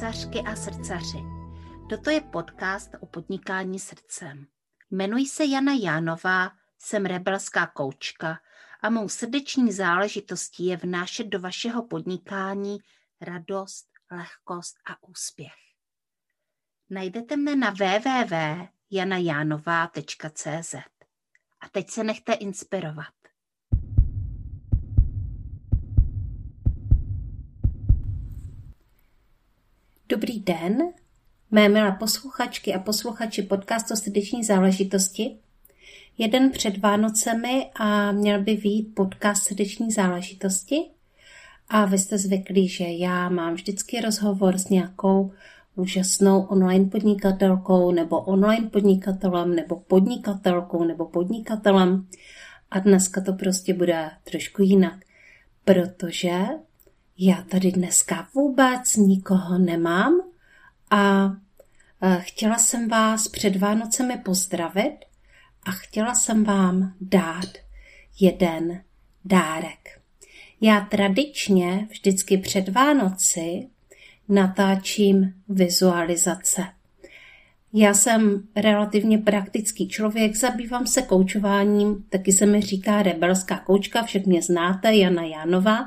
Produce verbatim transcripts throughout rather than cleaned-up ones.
srdcařky a srdcaři. Toto je podcast o podnikání srdcem. Jmenuji se Jana Jánová, jsem rebelská koučka a mou srdeční záležitostí je vnášet do vašeho podnikání radost, lehkost a úspěch. Najdete mne na w w w tečka jana jánová tečka c z. A teď se nechte inspirovat. Dobrý den, mé milé posluchačky a posluchači podcastu Srdeční záležitosti. Je den před Vánocemi a měl by vyjít podcast Srdeční záležitosti. A vy jste zvyklí, že já mám vždycky rozhovor s nějakou úžasnou online podnikatelkou nebo online podnikatelem nebo podnikatelkou nebo podnikatelem. A dneska to prostě bude trošku jinak, protože já tady dneska vůbec nikoho nemám a chtěla jsem vás před Vánocemi pozdravit a chtěla jsem vám dát jeden dárek. Já tradičně vždycky před Vánoci natáčím vizualizace. Já jsem relativně praktický člověk, zabývám se koučováním, taky se mi říká rebelská koučka, však mě znáte, Jana Jánová.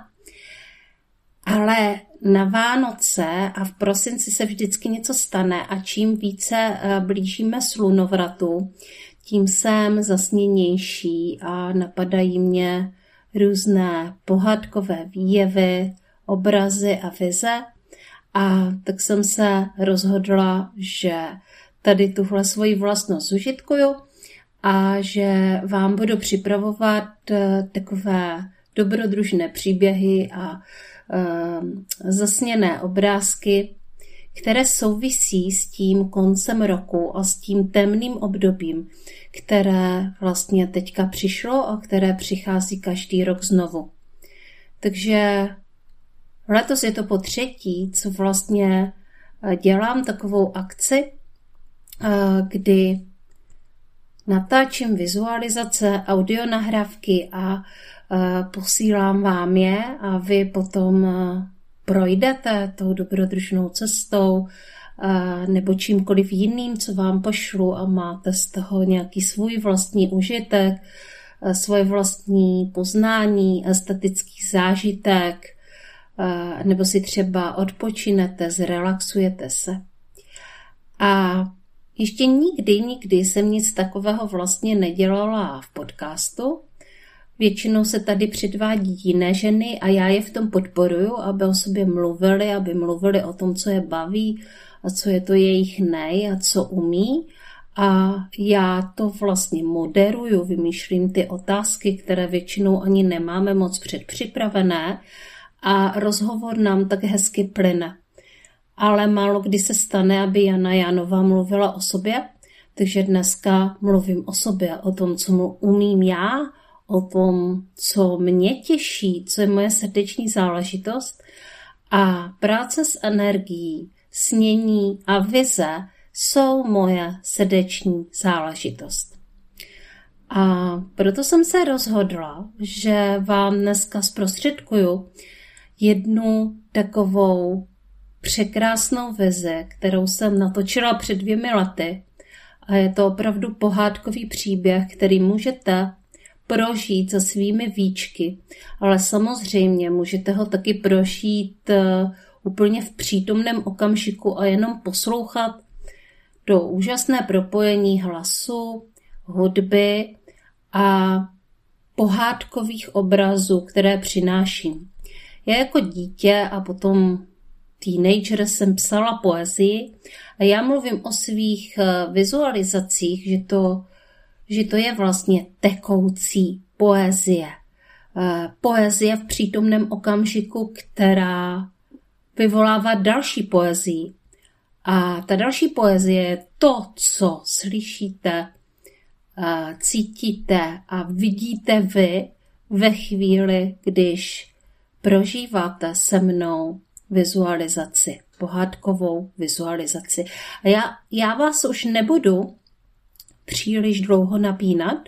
Ale na Vánoce a v prosinci se vždycky něco stane a čím více blížíme slunovratu, tím jsem zasněnější a napadají mě různé pohádkové výjevy, obrazy a vize. A tak jsem se rozhodla, že tady tuhle svoji vlastnost zužitkuju a že vám budu připravovat takové dobrodružné příběhy a zasněné obrázky, které souvisí s tím koncem roku a s tím temným obdobím, které vlastně teďka přišlo a které přichází každý rok znovu. Takže letos je to po třetí, co vlastně dělám takovou akci, kdy natáčím vizualizace, audionahrávky a posílám vám je a vy potom projdete tou dobrodružnou cestou nebo čímkoliv jiným, co vám pošlu a máte z toho nějaký svůj vlastní užitek, svoje vlastní poznání, estetický zážitek, nebo si třeba odpočinete, zrelaxujete se. A ještě nikdy, nikdy jsem nic takového vlastně nedělala v podcastu. Většinou se tady předvádí jiné ženy a já je v tom podporuju, aby o sobě mluvili, aby mluvili o tom, co je baví a co je to jejich nej a co umí. A já to vlastně moderuju, vymýšlím ty otázky, které většinou ani nemáme moc předpřipravené a rozhovor nám tak hezky plyne. Ale málo kdy se stane, aby Jana Jánová mluvila o sobě, takže dneska mluvím o sobě, o tom, co umím já, o tom, co mě těší, co je moje srdeční záležitost a práce s energií, snění a vize jsou moje srdeční záležitost. A proto jsem se rozhodla, že vám dneska zprostředkuju jednu takovou překrásnou vizi, kterou jsem natočila před dvěmi lety a je to opravdu pohádkový příběh, který můžete prožít se svými víčky, ale samozřejmě můžete ho taky prožít úplně v přítomném okamžiku a jenom poslouchat do úžasné propojení hlasu, hudby a pohádkových obrazů, které přináším. Já jako dítě a potom teenager jsem psala poezii a já mluvím o svých vizualizacích, že to že to je vlastně tekoucí poezie. Poezie v přítomném okamžiku, která vyvolává další poezii. A ta další poezie je to, co slyšíte, cítíte a vidíte vy ve chvíli, když prožíváte se mnou vizualizaci, pohádkovou vizualizaci. A já, já vás už nebudu příliš dlouho napínat,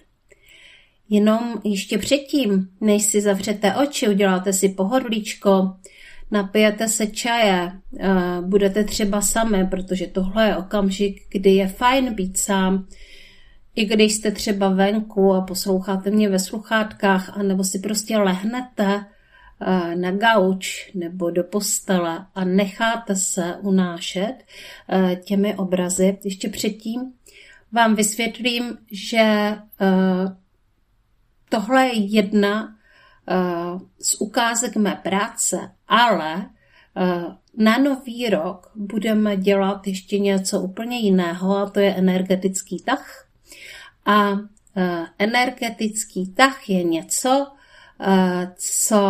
jenom ještě předtím, než si zavřete oči, uděláte si pohodlíčko, napijete se čaje, budete třeba sami, protože tohle je okamžik, kdy je fajn být sám, i když jste třeba venku a posloucháte mě ve sluchátkách, anebo si prostě lehnete na gauč nebo do postele a necháte se unášet těmi obrazy. Ještě předtím vám vysvětlím, že tohle je jedna z ukázek mé práce, ale na nový rok budeme dělat ještě něco úplně jiného, a to je energetický tah. A energetický tah je něco, co,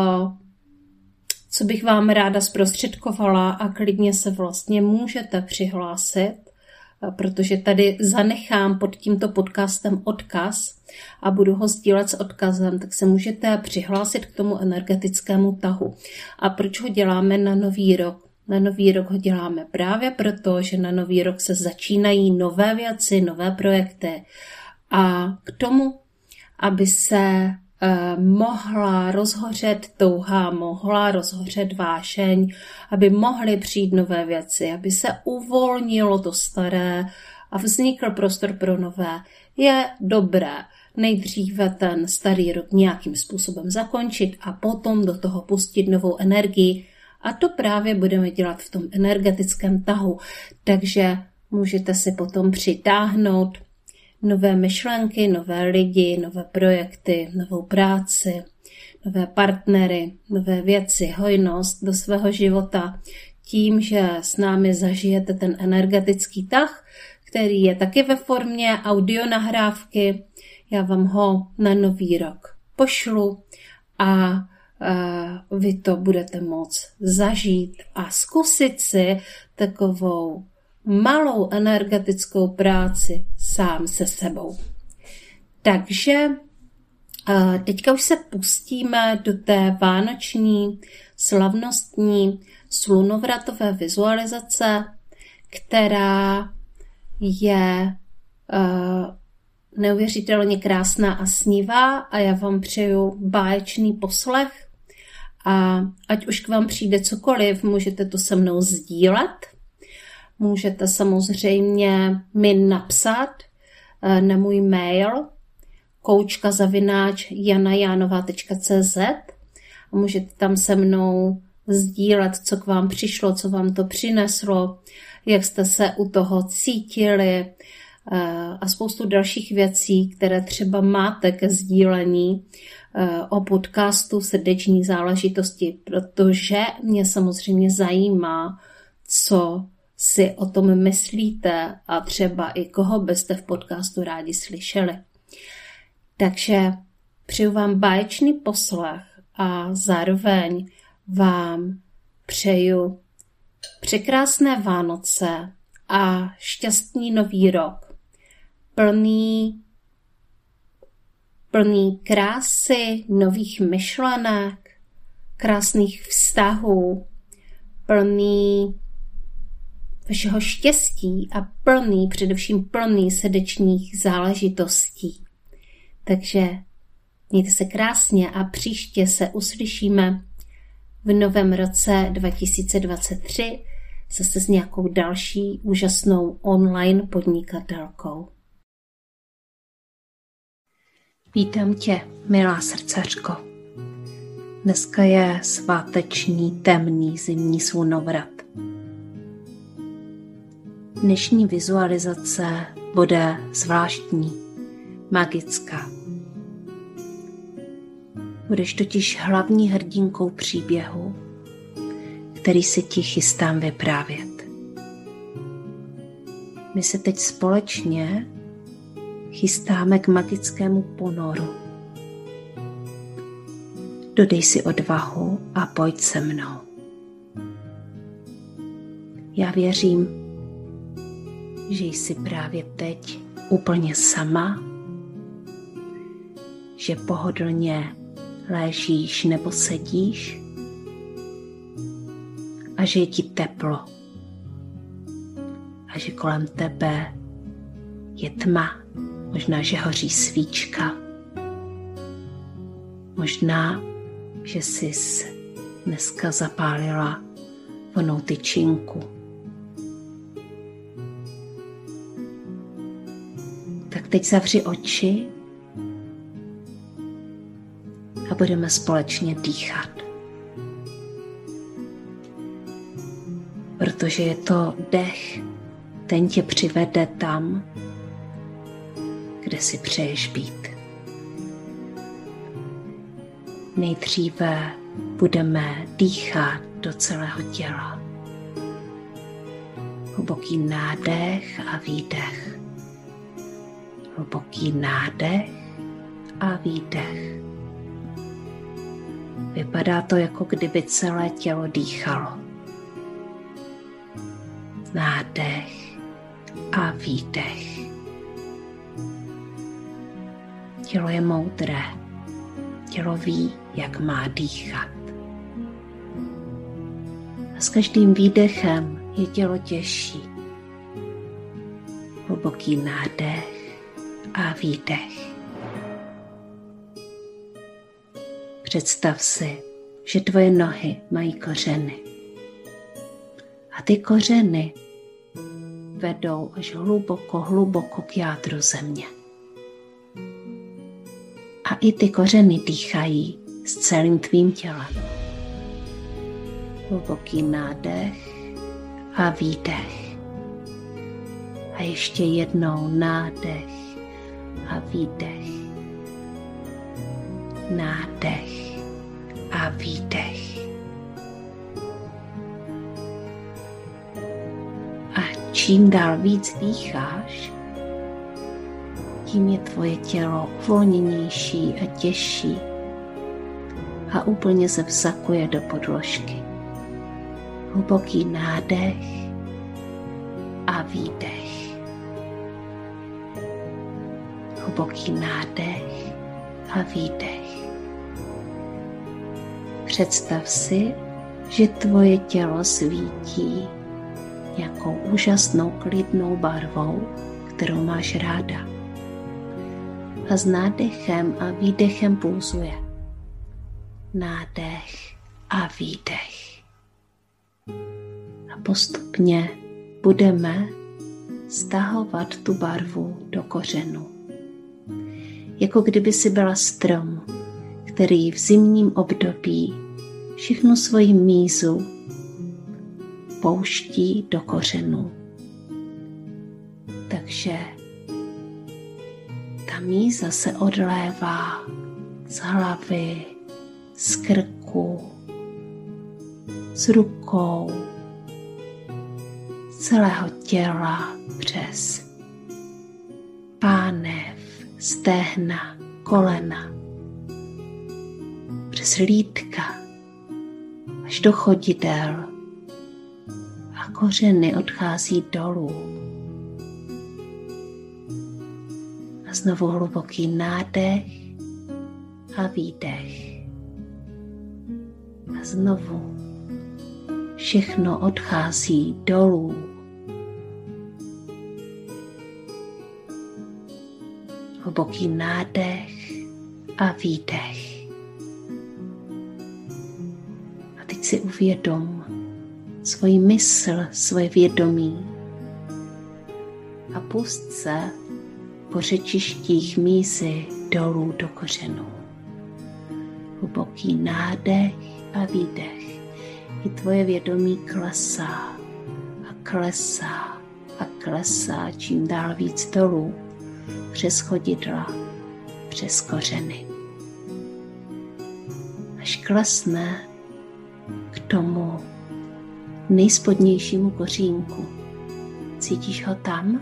co bych vám ráda zprostředkovala, a klidně se vlastně můžete přihlásit, protože tady zanechám pod tímto podcastem odkaz a budu ho sdílet s odkazem, tak se můžete přihlásit k tomu energetickému tahu. A proč ho děláme na nový rok? Na nový rok ho děláme právě proto, že na nový rok se začínají nové věci, nové projekty. A k tomu, aby se eh, mohla rozhořet touha, mohla rozhořet vášeň, aby mohly přijít nové věci, aby se uvolnilo to staré a vznikl prostor pro nové, je dobré nejdříve ten starý rok nějakým způsobem zakončit a potom do toho pustit novou energii. A to právě budeme dělat v tom energetickém tahu. Takže můžete si potom přitáhnout nové myšlenky, nové lidi, nové projekty, novou práci, nové partnery, nové věci, hojnost do svého života tím, že s námi zažijete ten energetický tah, který je taky ve formě audionahrávky. Já vám ho na nový rok pošlu a vy to budete moct zažít a zkusit si takovou malou energetickou práci sám se sebou. Takže teďka už se pustíme do té vánoční, slavnostní, slunovratové vizualizace, která je neuvěřitelně krásná a snívá, a já vám přeju báječný poslech. A ať už k vám přijde cokoliv, můžete to se mnou sdílet. Můžete samozřejmě mi napsat na můj mail koučka zavináč jana jánová tečka cé zet a můžete tam se mnou sdílet, co k vám přišlo, co vám to přineslo, jak jste se u toho cítili a spoustu dalších věcí, které třeba máte ke sdílení o podcastu Srdeční záležitosti, protože mě samozřejmě zajímá, co si o tom myslíte a třeba i koho byste v podcastu rádi slyšeli. Takže přeju vám báječný poslech a zároveň vám přeju překrásné Vánoce a šťastný nový rok, plný, plný krásy, nových myšlenek, krásných vztahů, plný vašeho štěstí a plný, především plný srdečních záležitostí. Takže mějte se krásně a příště se uslyšíme v novém roce dva tisíce dvacet tři zase s nějakou další úžasnou online podnikatelkou. Vítám tě, milá srdcařko. Dneska je sváteční, temný zimní slunovrat. Dnešní vizualizace bude zvláštní, magická. Budeš totiž hlavní hrdinkou příběhu, který si ti chystám vyprávět. My se teď společně chystáme k magickému ponoru. Dodej si odvahu a pojď se mnou. Já věřím, že jsi právě teď úplně sama, že pohodlně ležíš nebo sedíš a že je ti teplo a že kolem tebe je tma, možná, že hoří svíčka, možná, že jsi dneska zapálila vonou tyčinku. Tak teď zavři oči a budeme společně dýchat. Protože je to dech, ten tě přivede tam, kde si přeješ být. Nejdříve budeme dýchat do celého těla. Hluboký nádech a výdech. Hluboký nádech a výdech. Vypadá to, jako kdyby celé tělo dýchalo. Nádech a výdech. Tělo je moudré. Tělo ví, jak má dýchat. A s každým výdechem je tělo těžší. Hluboký nádech a výdech. Představ si, že tvoje nohy mají kořeny. A ty kořeny vedou až hluboko, hluboko k jádru země. A i ty kořeny dýchají s celým tvým tělem. Hluboký nádech a výdech. A ještě jednou nádech a výdech. Nádech a výdech. A čím dál víc dýcháš, tím je tvoje tělo uvolněnější a těžší a úplně se vsakuje do podložky. Hluboký nádech a výdech. Hluboký nádech a výdech. Představ si, že tvoje tělo svítí nějakou úžasnou klidnou barvou, kterou máš ráda. A s nádechem a výdechem pulzuje. Nádech a výdech. A postupně budeme stahovat tu barvu do kořenů. Jako kdyby si byla strom, který v zimním období všechnu svoji mízu pouští do kořenů. Takže ta míza se odlévá z hlavy, z krku, z rukou, z celého těla přes pánev, stehna, kolena, přes lítka až do chodidel a kořeny odchází dolů. A znovu hluboký nádech a výdech. A znovu všechno odchází dolů. Hluboký nádech a výdech. A teď si uvědom svoji mysl, svoje vědomí a pust se po řečištích mízy dolů do kořenů. Hluboký nádech a výdech. I tvoje vědomí klesá a klesá a klesá čím dál víc dolů, přes chodidla, přes kořeny. Až klesne k tomu nejspodnějšímu kořínku. Cítíš ho tam?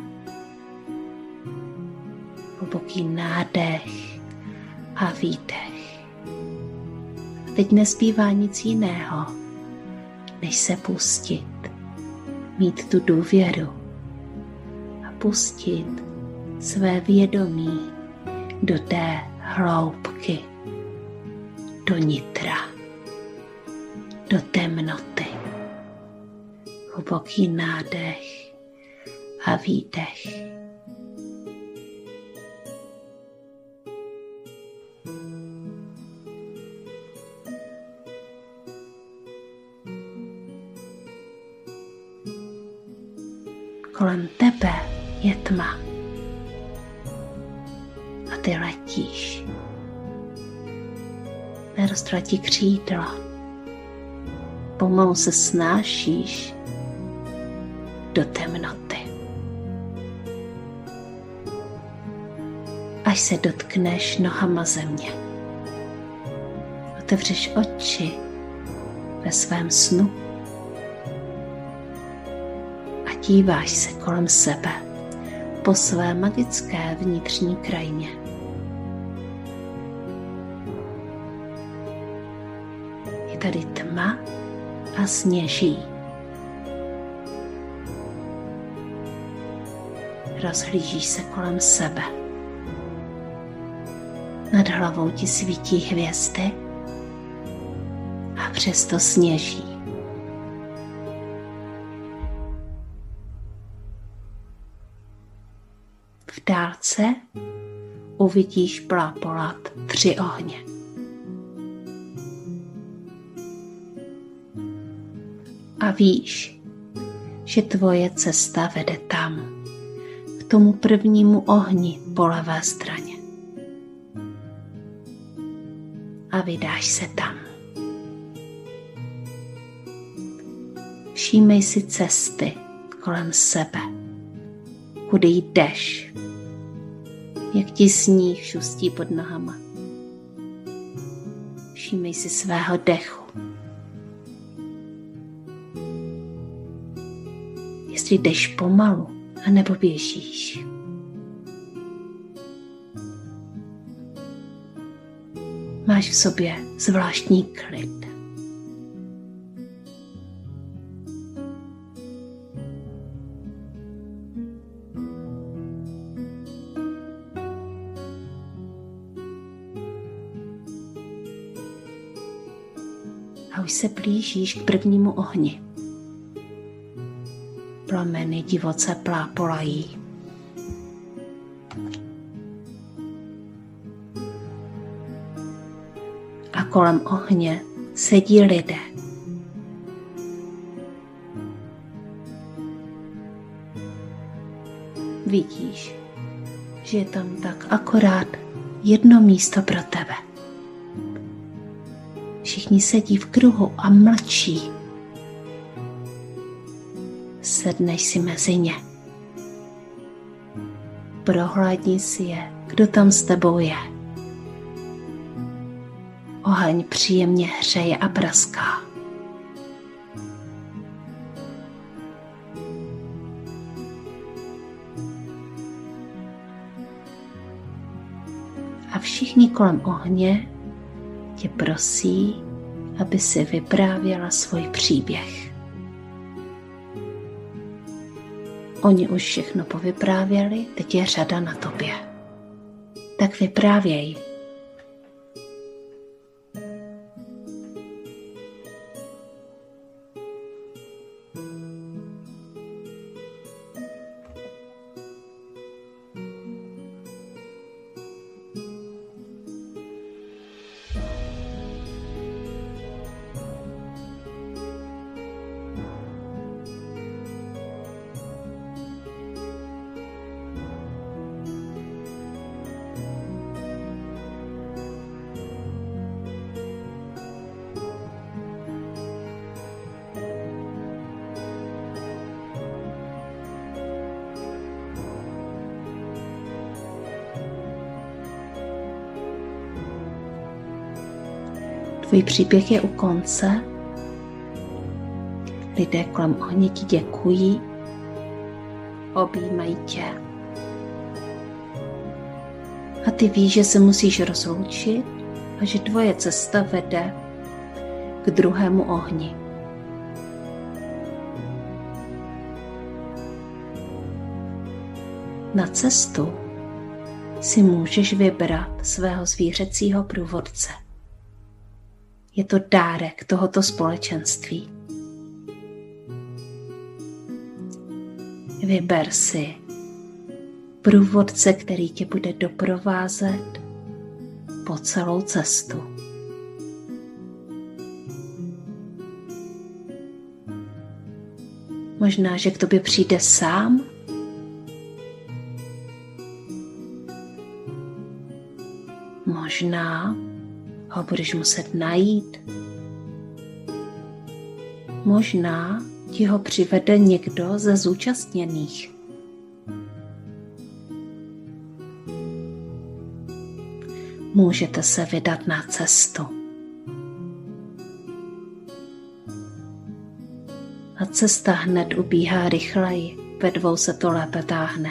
Hluboký nádech a výdech. A teď nezbývá nic jiného, než se pustit, mít tu důvěru a pustit své vědomí do té hloubky, do nitra, do temnoty. Hluboký nádech a výdech. kolem tebe je tma. A ty letíš. Nerostla ti křídla. Pomalu se snášíš do temnoty. Až se dotkneš nohama země. Otevřeš oči ve svém snu a díváš se kolem sebe po své magické vnitřní krajině. Je tady tma a sněží. Rozhlížíš se kolem sebe. Nad hlavou ti svítí hvězdy a přesto sněží. V dálce uvidíš plápolat tři ohně. A víš, že tvoje cesta vede tam, k tomu prvnímu ohni po levé straně. A vydáš se tam. Všímej si cesty kolem sebe, kudy jdeš, jak ti sníh šustí pod nohama. Všímej si svého dechu. Jestli jdeš pomalu, anebo běžíš. Máš v sobě zvláštní klid. A už se blížíš k prvnímu ohni. Plameny divoce plápolají. A kolem ohně sedí lidé. Vidíš, že je tam tak akorát jedno místo pro tebe. Všichni sedí v kruhu a mlčí. Sedneš si mezi ně. Prohlédni si je, kdo tam s tebou je. Oheň příjemně hřeje a praská. A všichni kolem ohně tě prosí, aby si vyprávěla svůj příběh. Oni už všechno povyprávěli, teď je řada na tobě. Tak vyprávěj. Tvůj příběh je u konce. Lidé kolem ohně ti děkují, objímají tě. A ty víš, že se musíš rozloučit a že tvoje cesta vede k druhému ohni. Na cestu si můžeš vybrat svého zvířecího průvodce. Je to dárek tohoto společenství. Vyber si průvodce, který tě bude doprovázet po celou cestu. Možná, že k tobě přijde sám Možná ho budeš muset najít. Možná ti ho přivede někdo ze zúčastněných. Můžete se vydat na cestu. A cesta hned ubíhá rychleji, ve dvou se to lépe táhne.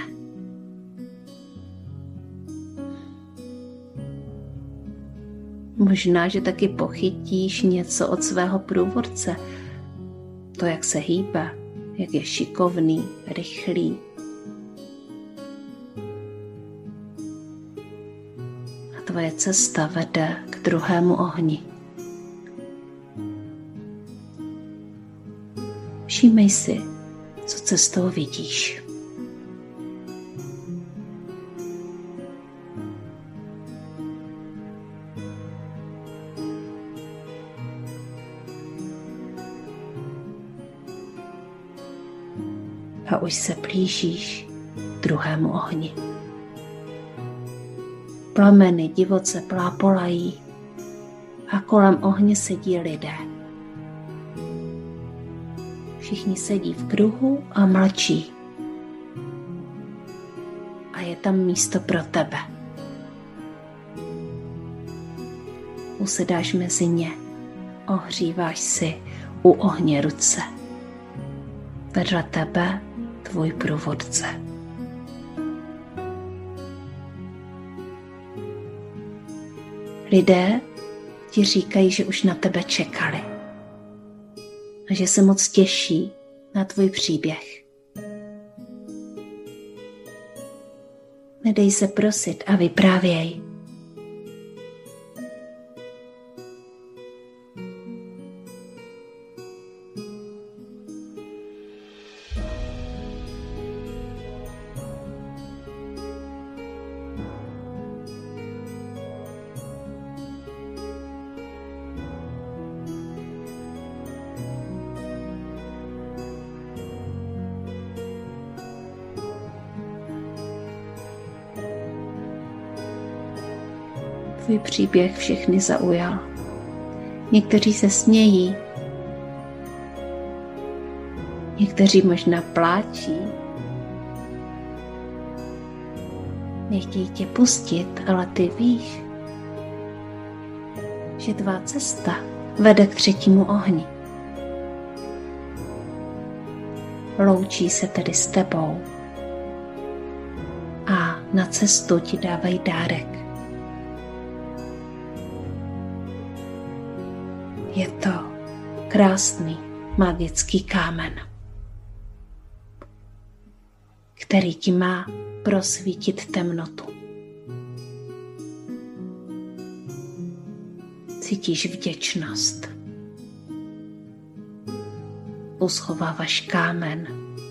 Možná, že taky pochytíš něco od svého průvodce. To, jak se hýbe, jak je šikovný, rychlý. A tvoje cesta vede k druhému ohni. Všímej si, co cestou vidíš. A už se blížíš k druhému ohni. Plameny divoce plápolají a kolem ohně sedí lidé. Všichni sedí v kruhu a mlčí. A je tam místo pro tebe. Usedáš mezi ně, ohříváš si u ohně ruce. Vedle tebe tvůj průvodce. Lidé ti říkají, že už na tebe čekali a že se moc těší na tvůj příběh. Nedej se prosit a vyprávěj. Tvůj příběh všechny zaujal. Někteří se smějí, někteří možná pláčí, nechtějí tě pustit, ale ty víš, že tvá cesta vede k třetímu ohni. Loučí se tedy s tebou a na cestu ti dávají dárek. Je to krásný magický kámen, který ti má prosvítit temnotu. Cítíš vděčnost. Uschováváš kámen.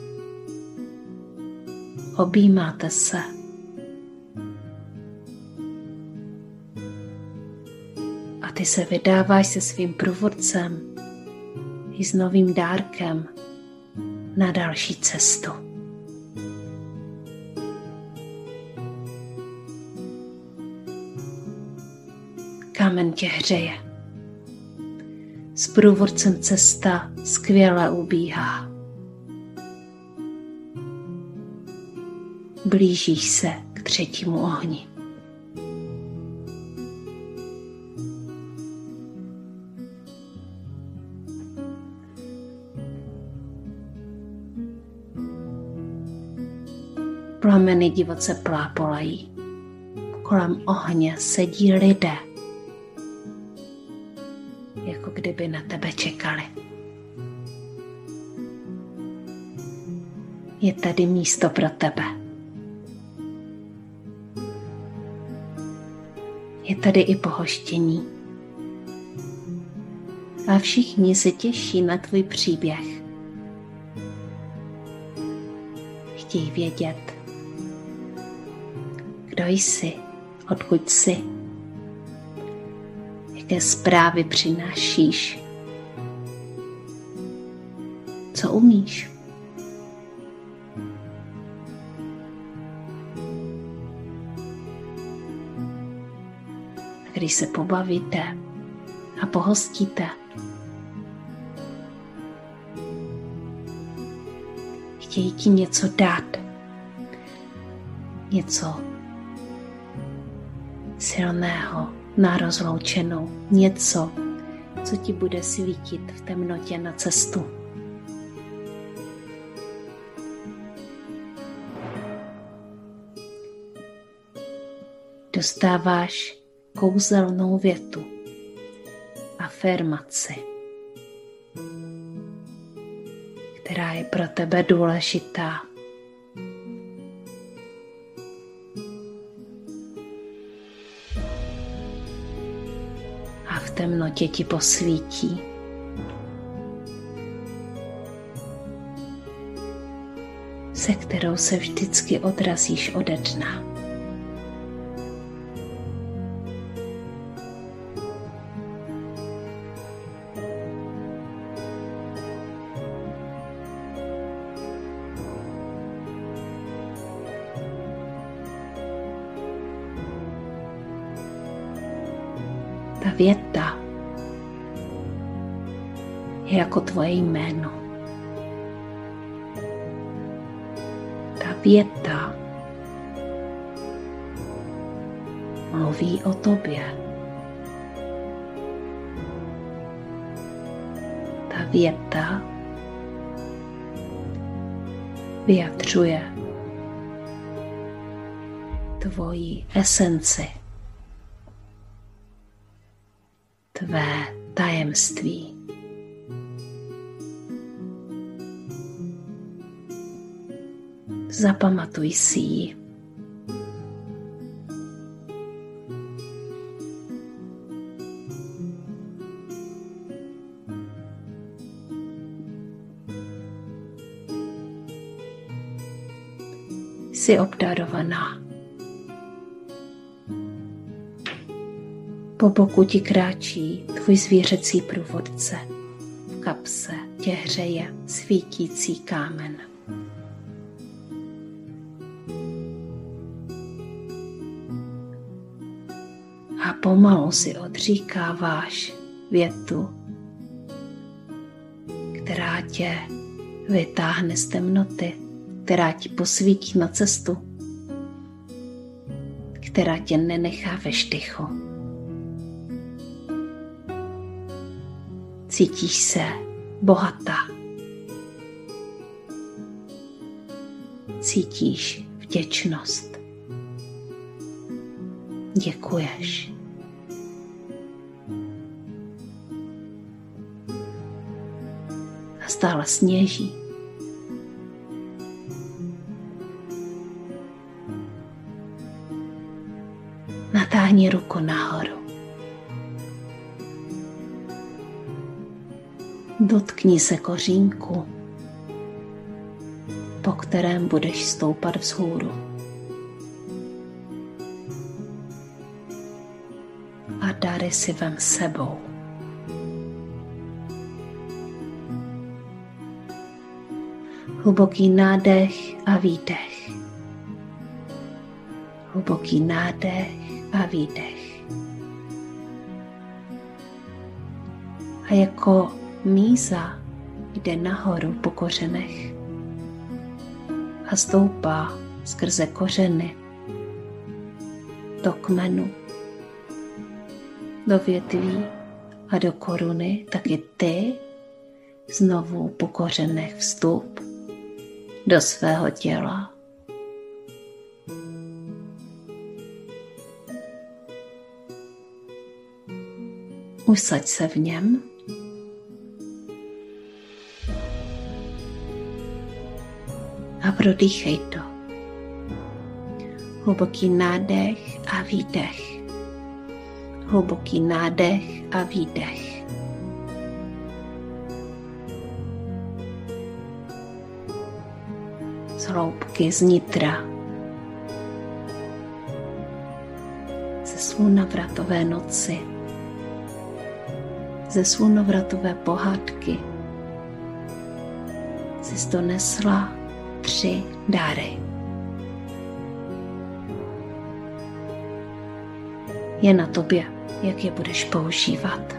Objímáte se. A ty se vydáváš se svým průvodcem i s novým dárkem na další cestu. Kámen tě hřeje. S průvodcem cesta skvěle ubíhá. Blížíš se k třetímu ohni. Plameny divoce plápolají. Kolem ohně sedí lidé, jako kdyby na tebe čekali. Je tady místo pro tebe. Je tady i pohoštění. A všichni se těší na tvůj příběh. Chtějí vědět, kdo jsi, odkud jsi, jaké zprávy přinášíš, co umíš. A když se pobavíte a pohostíte. Chtějí ti něco dát, něco silného na rozloučenou, něco, co ti bude svítit v temnotě na cestu. Dostáváš kouzelnou větu, afirmaci, která je pro tebe důležitá. A v temnotě ti posvítí. Se kterou se vždycky odrazíš ode dna. Ta věta je jako tvoje jméno. Ta věta mluví o tobě. Ta věta vyjadřuje tvoji esenci, tvé tajemství. Zapamatuj si ji. Jsi obdarovaná. Po boku ti kráčí tvůj zvířecí průvodce. V kapse tě hřeje svítící kámen. A pomalu si odříkáváš větu, která tě vytáhne z temnoty, která ti posvítí na cestu, která tě nenechá ve štychu. Cítíš se bohatá. Cítíš vděčnost. Děkuješ. A stále sněží. Natáhni ruku nahoru. Dotkni se kořínku, po kterém budeš stoupat vzhůru. A dary si vem sebou. Hluboký nádech a výdech. Hluboký nádech a výdech. A jako míza jde nahoru po kořenech a stoupá skrze kořeny do kmenu, do větví a do koruny, tak i ty znovu po kořenech vstup do svého těla. Usaď se v něm. A prodýchej to. Hluboký nádech a výdech. Hluboký nádech a výdech. Z hloubky, z nitra. Ze slunovratové noci. Ze slunovratové pohádky. Jsi donesla tři dary. Je na tobě, jak je budeš používat.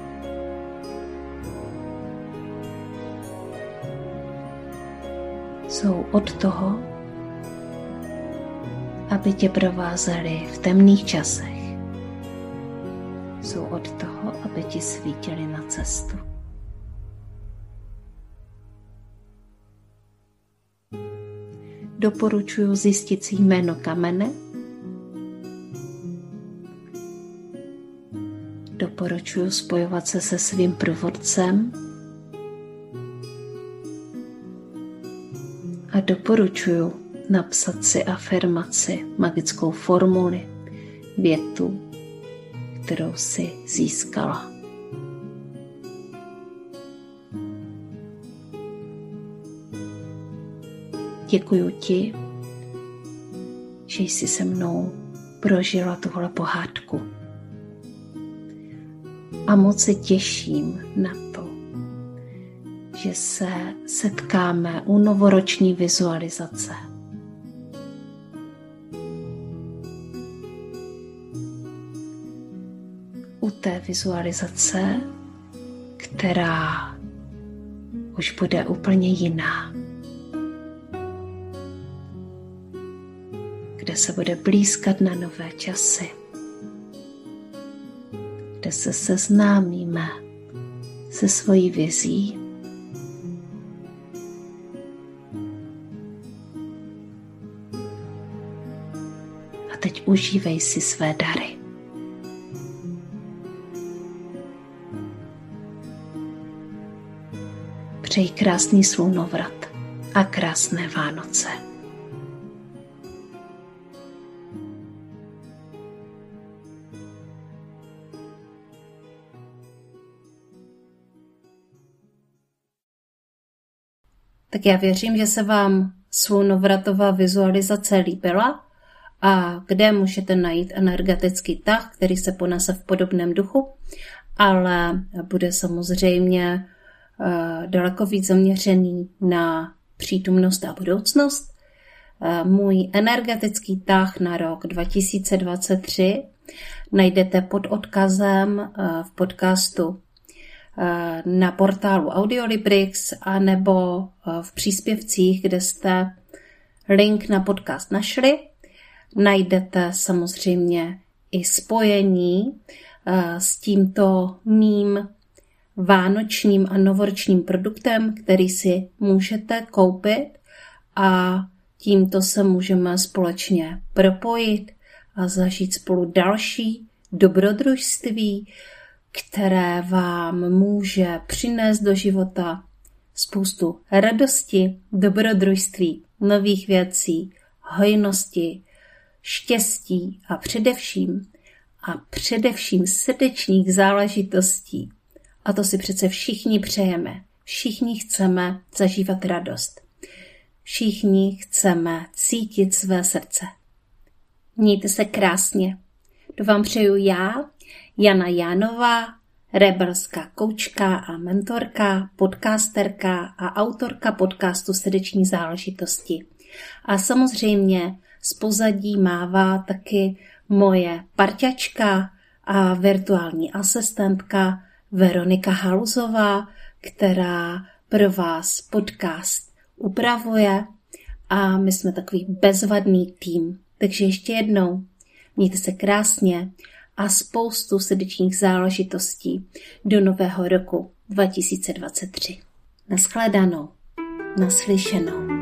Jsou od toho, aby tě provázeli v temných časech. Jsou od toho, aby ti svítili na cestu. Doporučuji zjistit si jméno kamene. Doporučuji spojovat se se svým průvodcem. A doporučuji napsat si afirmaci, magickou formuli, větu, kterou si získala. Děkuju ti, že jsi se mnou prožila tuhle pohádku. A moc se těším na to, že se setkáme u novoroční vizualizace. U té vizualizace, která už bude úplně jiná. Kde se bude blýskat na nové časy. Kde se seznámíme se svojí vizí. A teď užívej si své dary. Přeji krásný slunovrat a krásné Vánoce. Tak já věřím, že se vám slunovratová vizualizace líbila a kde můžete najít energetický tah, který se ponese v podobném duchu, ale bude samozřejmě uh, daleko víc zaměřený na přítomnost a budoucnost. Uh, můj energetický tah na rok dva tisíce dvacet tři najdete pod odkazem uh, v podcastu na portálu Audiolibrix a nebo v příspěvcích, kde jste link na podcast našli. Najdete samozřejmě i spojení s tímto mým vánočním a novoročním produktem, který si můžete koupit a tímto se můžeme společně propojit a zažít spolu další dobrodružství, které vám může přinést do života spoustu radosti, dobrodružství, nových věcí, hojnosti, štěstí a především a především srdečních záležitostí. A to si přece všichni přejeme. Všichni chceme zažívat radost. Všichni chceme cítit své srdce. Mějte se krásně. To vám přeju já, Jana Jánová, rebelská koučka a mentorka, podcasterka a autorka podcastu Srdeční záležitosti. A samozřejmě z pozadí mává taky moje parťačka a virtuální asistentka Veronika Haluzová, která pro vás podcast upravuje a my jsme takový bezvadný tým. Takže ještě jednou, mějte se krásně a spoustu srdečních záležitostí do nového roku dva tisíce dvacet tři. Naschledanou, naslyšenou.